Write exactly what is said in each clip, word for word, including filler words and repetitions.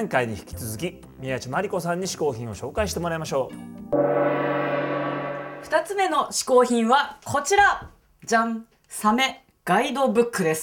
前回に引き続き宮地真理子さんに嗜好品を紹介してもらいましょう。 ふたつめの嗜好品はこちら、じゃん、サメガイドブックです。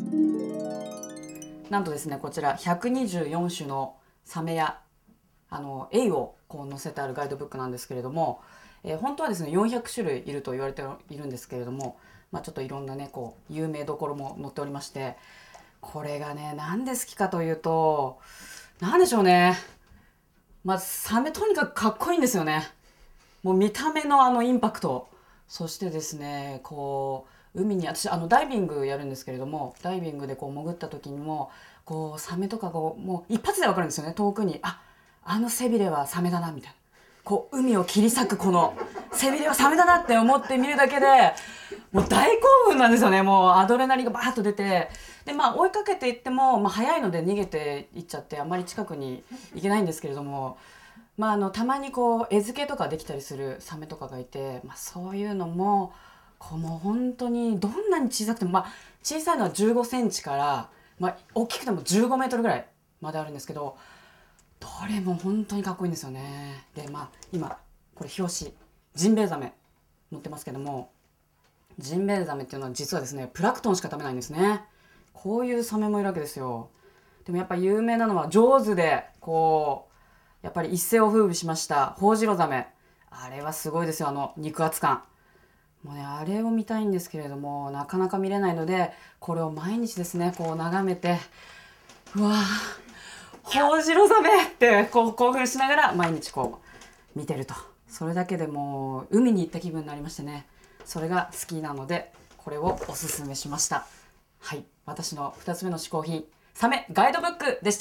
なんとですね、こちらひゃくにじゅうよんしゅのサメやあのエイをこう載せてあるガイドブックなんですけれども、えー、本当はですねよんひゃくしゅるいいると言われているんですけれども、まあ、ちょっといろんなねこう有名どころも載っておりまして、これがねなんで好きかというと、なんでしょうね、まずサメとにかくかっこいいんですよね。もう見た目のあのインパクト、そしてですねこう海に、私あのダイビングやるんですけれども、ダイビングでこう潜った時にもこうサメとかこうもう一発で分かるんですよね。遠くにああの背びれはサメだなみたいな、こう海を切り裂くこの背びれはサメだなって思って見るだけでもう大興奮なんですよね。もうアドレナリンがバーッと出て、でまあ追いかけていっても、まあ、早いので逃げていっちゃってあまり近くに行けないんですけれども、まあ、あのたまにこう餌付けとかできたりするサメとかがいて、まあ、そういうのもこうもう本当にどんなに小さくても、まあ、小さいのはじゅうごセンチから、まあ、大きくてもじゅうごメートルぐらいまであるんですけど、どれも本当にかっこいいんですよね。でまあ今これ表紙ジンベエザメ載ってますけども、ジンベエザメっていうのは実はですねプラクトンしか食べないんですね。こういうサメもいるわけですよ。でもやっぱ有名なのは上手でこうやっぱり一世を風靡しましたホウジロザメ、あれはすごいですよ、あの肉厚感。もうねあれを見たいんですけれどもなかなか見れないので、これを毎日ですねこう眺めて、うわーホウジロザメってこう興奮しながら毎日こう見てると、それだけでもう海に行った気分になりましてね、それが好きなのでこれをおすすめしました。はい、私のふたつめの嗜好品、サメガイドブックでした。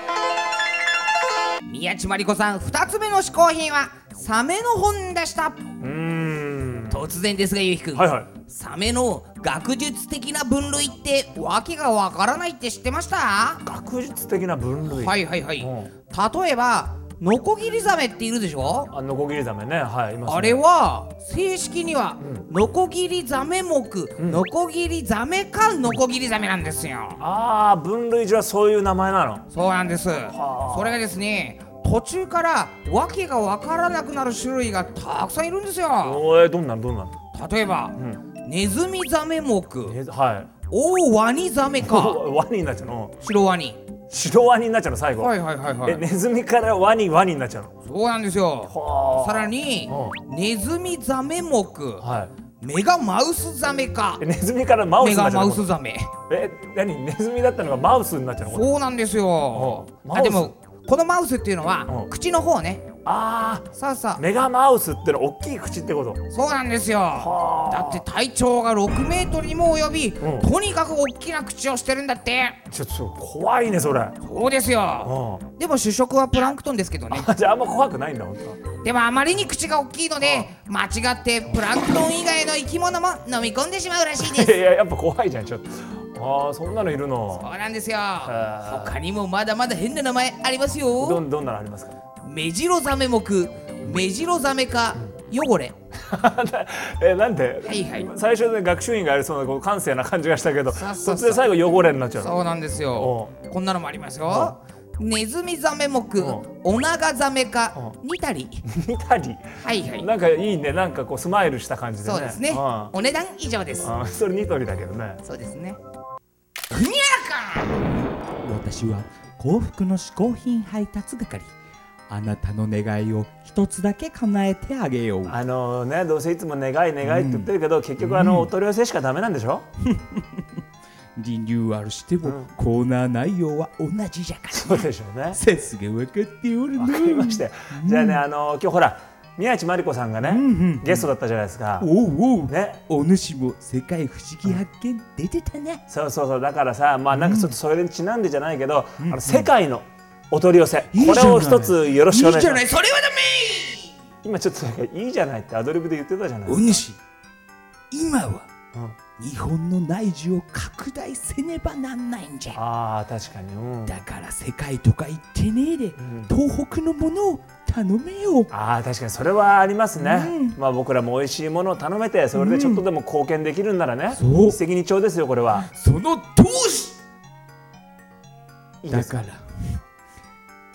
宮地真理子さん、ふたつめの嗜好品はサメの本でした。うーん突然ですがゆうひくん、 はいはい、 サメの学術的な分類ってわけがわからないって知ってました？ 学術的な分類、 はいはいはい、 うん、 例えばノコギリザメっているでしょ。 あノコギリザメね、はい、いますね。 あれは正式には、 うん、 ノコギリザメ目、うん、ノコギリザメかノコギリザメなんですよ。 ああ分類上はそういう名前なの。 そうなんです。それがですね途中からわけがわからなくなる種類がたくさんいるんですよ。 おえどんなのどんなの。 例えば、うん、ネズミザメ目、 ね、はい、 大ワニザメかワニになっちゃうの。 白ワニ白ワニになっちゃうの最後。 はいはいはいはい。 えネズミからワニワニになっちゃうの。 そうなんですよ。さらに、うん、ネズミザメ目、はい、メガマウスザメかネズミからマウスになっちゃうの。 メガマウスザメ。 え何ネズミだったのがマウスになっちゃうの。 そうなんですよ。あでもこのマウスっていうのは、うん、口の方ね。ああそうそう、 メガマウスってのは大きい口ってこと。 そうなんですよ。だって体長がろくメートルにも及び、うん、とにかく大きな口をしてるんだって。 ちょっと怖いねそれ。 そうですよ、うん、でも主食はプランクトンですけどね。 じゃああんま怖くないんだ本当。 でもあまりに口が大きいので間違ってプランクトン以外の生き物も飲み込んでしまうらしいです。 いややっぱ怖いじゃんちょっと。ああそんなのいるの。 そうなんですよ。他にもまだまだ変な名前ありますよ。 どんどんなのありますか。 メジロザメ目、メジロザメ科、汚れ。 えなんで、 はいはい、 最初で学習院がありそうなこう閑静な感じがしたけど、そっちで最後汚れになっちゃうの。 そうなんですよ。こんなのもありますよ。ネズミザメ目、オナガザメ科、ニタリ。 ニタリ。 はいはい。 なんかいいね、なんかこうスマイルした感じでね。 そうですね。お値段以上です。 あそれニトリだけどね。 そうですね。ふにゃらか。 私は幸福の嗜好品配達係。あなたの願いを一つだけ叶えてあげよう。 あのね、どうせいつも願い願いって言ってるけど、うん、結局あの、うん、お取り寄せしかダメなんでしょ。 リニューアルしても、うん、コーナー内容は同じじゃから。 そうでしょうね。 さすが分かっておるね。 わかりましたよ、うん、じゃあね、あの今日ほら宮地真理子さんがね、うんうんうん、ゲストだったじゃないですか。 おうおう、ね、お主も世界不思議発見出てたね、うん、 そうそうそう、だからさ、まあなんかちょっとそれにちなんでじゃないけど、うん、あの世界のお取り寄せ、うん、これを一つよろしくお願いします。 いいじゃない、それはダメ。 今ちょっといいじゃないってアドリブで言ってたじゃない。 お主、今は、うん、日本の内需を拡大せねばなんないんじゃ。 あー確かに、うん、 だから世界とか言ってねえで、うん、東北のものを頼めよ。 あー確かにそれはありますね、うん、まあ僕らも美味しいものを頼めてそれでちょっとでも貢献できるんならね、うん、一石二鳥ですよこれは。 その投資だから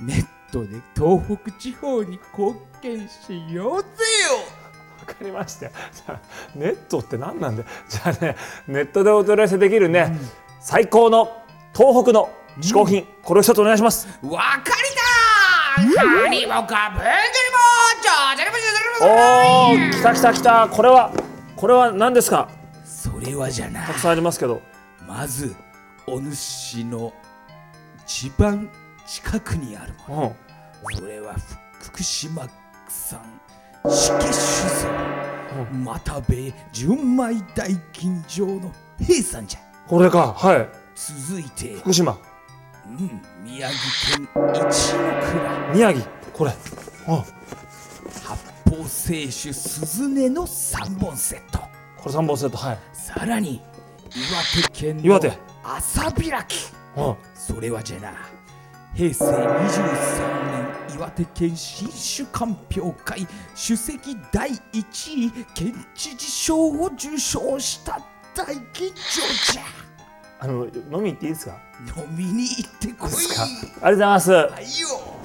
ネットで東北地方に貢献しようぜよ。 わかりましたよ。じゃあネットって何なんだよ。じゃあね、ネットでお取り寄せできるね、うん、最高の東北の嗜好品、うん、これを一つお願いします。 わかりだー。ハニボカブンジュリボージョージャリボジャリボジャおー、来た来た来た。これはこれは何ですか。 それはじゃな、 たくさんありますけど、 まずお主の一番近くにあるもの、うん、それは福島産四季酒造、うん、又兵衛純米大吟醸の平さんじゃ。 これか。はい。 続いて福島、 うん、宮城県一の蔵、 宮城、これ、うん、 発泡清酒鈴音のさんぼんセット、 これさんぼんセット。はい。 さらに岩手県の岩手朝開き、 うん、 それはじゃな、平成にじゅうさんねん岩手県新酒鑑評会首席だいいちい県知事賞を受賞した大吟醸じゃ。 あの飲み行っていいですか。 飲みに行ってこい。 ですか。ありがとうございます。 はいよ。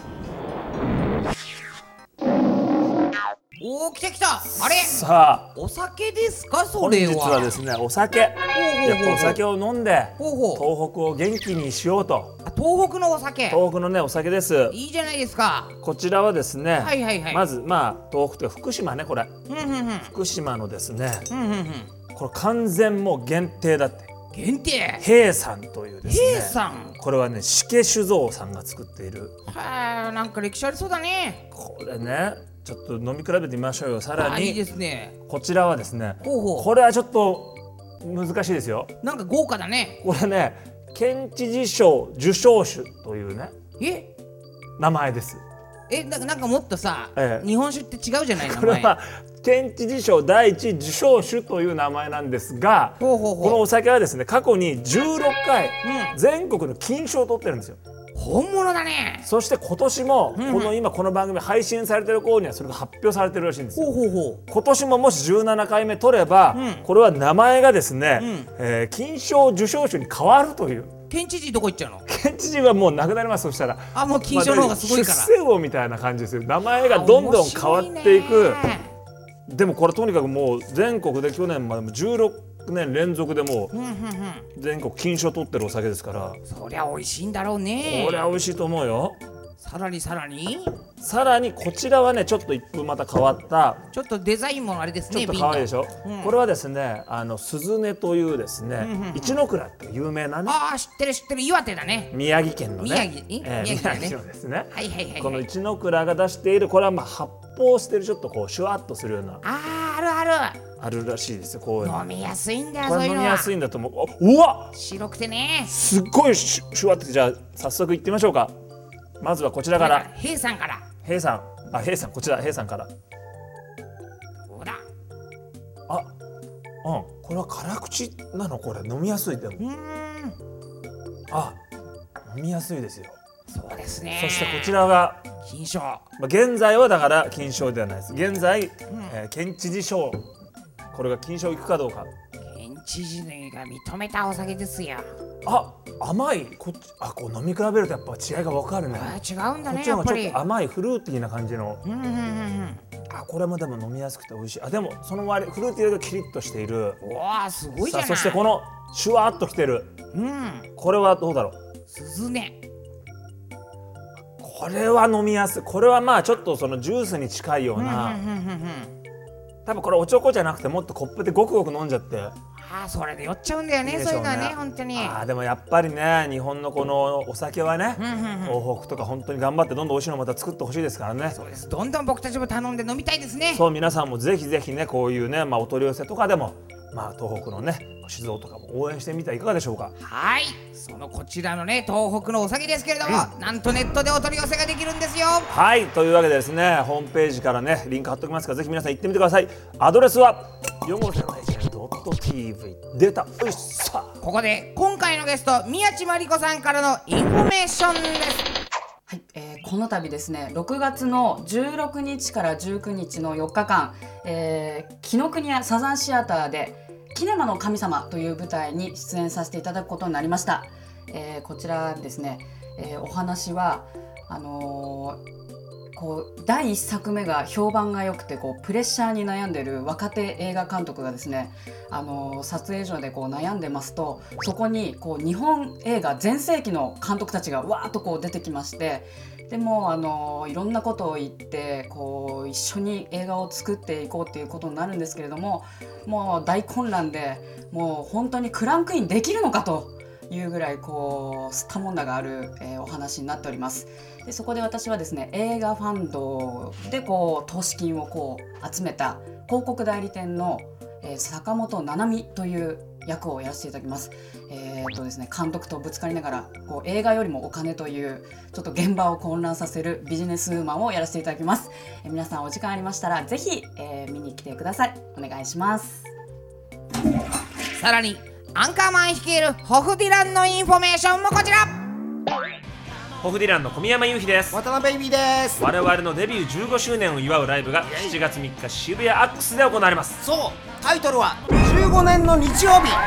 おー、来た来た。あれ、 さあお酒ですか。それは本日はですね、お酒。やっぱお酒を飲んでほうほう、 東北を元気にしようと。 あ、東北のお酒。 東北のねお酒です。 いいじゃないですか。 こちらはですね、 はいはいはい、 まずまあ東北という福島ね、これ、 うんうんうん、 福島のですね、 うんうんうん、 これ完全もう限定だって。 限定。 平さんというですね、 平さん、 これはね四季酒造さんが作っている。 はあ、なんか歴史ありそうだね。 これね、ちょっと飲み比べてみましょうよ。さらにいいですね。 こちらはですね、 ほうほう、 これはちょっと難しいですよ。 なんか豪華だね。 これね、県知事賞受賞酒というねえ名前です。 え、ななんかもっとさ、 ええ、 日本酒って違うじゃない。名前これは県知事賞だいいち受賞酒という名前なんですが、 ほうほうほう、 このお酒はですね、過去にじゅうろっかい、 うん、 全国の金賞を取ってるんですよ。 本物だね。 そして今年も、 うんうん、 この今この番組配信されてる頃にはそれが発表されてるらしいんですよ。 ほうほうほう、 今年ももしじゅうななかいめ取れば、うん、これは名前がですね、うん、えー、金賞受賞酒に変わるという。 県知事どこ行っちゃうの。 県知事はもうなくなります。そしたら、 あ、もう金賞の方がすごいから、 まあ、出世魚みたいな感じですよ。名前がどんどん変わっていく。でもこれとにかくもう全国で去年までもじゅうろくねん連続でもう全国金賞取ってるお酒ですから、 そりゃ美味しいんだろうね。 これは美味しいと思うよ。 さらにさらにさらにこちらはね、ちょっと一風また変わった、 ちょっとデザインもあれですね、 ちょっと可愛いでしょ、 うん、 これはですね、あの鈴音というですね、うんうんうん、一の蔵って有名なね、 ああ知ってる知ってる、岩手だね、 宮城県のね、 宮城、 えー、宮城、ね、宮城のですね、 はいはいはいはい、 この一の蔵が出している、これはまあ発泡してるちょっとこうシュワッとするような、 あー、あるあるあるらしいですよ。こういうの飲みやすいんだよ。 これ飲みやすいんだと思う。うわ、 白くてね、 すっごいシュ、シュワッと。じゃあ早速行ってみましょうか。まずはこちらから、 平さんから。 平さん、あ、平さん、こちら平さんから。 ほら、 あ、うん、これは辛口なの。これ飲みやすい。でも、 うーん、 あ、飲みやすいですよ。 そうですね。 そしてこちらが金賞、まあ、現在はだから金賞ではないです。現在、うん、えー、県知事賞、これが金賞いくかどうか。 県知事が認めたお酒ですよ。 あ、甘い。こっち、あ、こう飲み比べるとやっぱ違いが分かるね。 あ、違うんだね。 こっちの方がちょっやっと甘いフルーティーな感じの、 うんうんうんうん、 あ、これもでも飲みやすくて美味しい。あ、でもその割フルーティーがキリッとしている。 うわー、すごいじゃない。 さあ、そしてこのシュワッときてる、 うん、 これはどうだろう。 鈴音、 これは飲みやすい。これはまあちょっとそのジュースに近いような、 うんうんうんうん、 多分これおちょこじゃなくてもっとコップでごくごく飲んじゃって、 あー、それで酔っちゃうんだよね。 いいでしょうね、 そういうのはね、本当に。 あー、でもやっぱりね、日本のこのお酒はね、 うんうんうん、 東北とか本当に頑張ってどんどん美味しいのまた作ってほしいですからね。 そうです。どんどん僕たちも頼んで飲みたいですね。 そう、皆さんもぜひぜひね、こういうね、まあ、お取り寄せとかでも、まあ、東北のね酒造とかも応援してみてはいかがでしょうか。 はい、そのこちらのね東北のお酒ですけれども、うん、なんとネットでお取り寄せができるんですよ。 はい、というわけでですね、ホームページからねリンク貼っておきますから、ぜひ皆さん行ってみてください。アドレスは よんごぜろいちドットティーブイ 出た。よっしゃ。 ここで今回のゲスト宮地真理子さんからのインフォメーションです。 はい、えー、この度ですね、ろくがつのじゅうろくにちからじゅうくにちのよっかかん、えー、紀ノ国屋サザンシアターでキネマの神様という舞台に出演させていただくことになりました。えー、こちらですね、えー、お話はあのーこうだいいっさくめが評判が良くてこうプレッシャーに悩んでる若手映画監督がですね、あのー撮影所でこう悩んでますと、そこにこう日本映画全盛期の監督たちがわーっとこう出てきまして、でもあのーいろんなことを言ってこう一緒に映画を作っていこうっていうことになるんですけれども、もう大混乱で、もう本当にクランクインできるのかというぐらいこうすったもんだがある、えーお話になっております。でそこで私はですね、映画ファンドでこう投資金をこう集めた広告代理店の、えー坂本七海という役をやらせていただきます。えーっとですね、監督とぶつかりながらこう映画よりもお金というちょっと現場を混乱させるビジネスウーマンをやらせていただきます。えー皆さんお時間ありましたらぜひ、えー見に来てください。お願いします。 さらにアンカーマン率いるホフディランのインフォメーションもこちら。 ホフディランの小宮山雄飛です。 渡辺ベイビーです。 我々のデビューじゅうごしゅうねんを祝うライブがしちがつみっか渋谷アックスで行われます。 そう、タイトルはじゅうごねんの日曜日。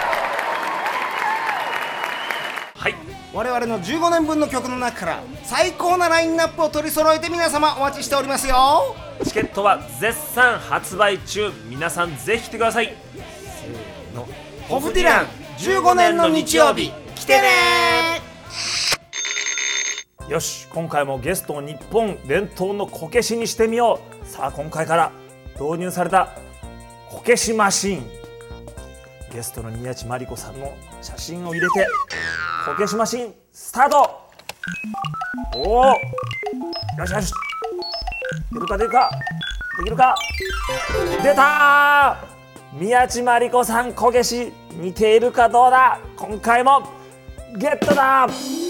はい、 我々のじゅうごねんぶんの曲の中から最高なラインナップを取り揃えて皆様お待ちしておりますよ。 チケットは絶賛発売中。皆さんぜひ来てください。せーの、 ホフディランじゅうごねんの日曜日来てね。 よし、今回もゲストを日本伝統のこけしにしてみよう。さあ、今回から導入されたこけしマシーン、ゲストの宮地真理子さんの写真を入れてこけしマシーンスタート。おお、よしよし、出るか出るか、できるか、出たー。宮地真理子さんこけし似ているかどうだ。今回もゲットだ。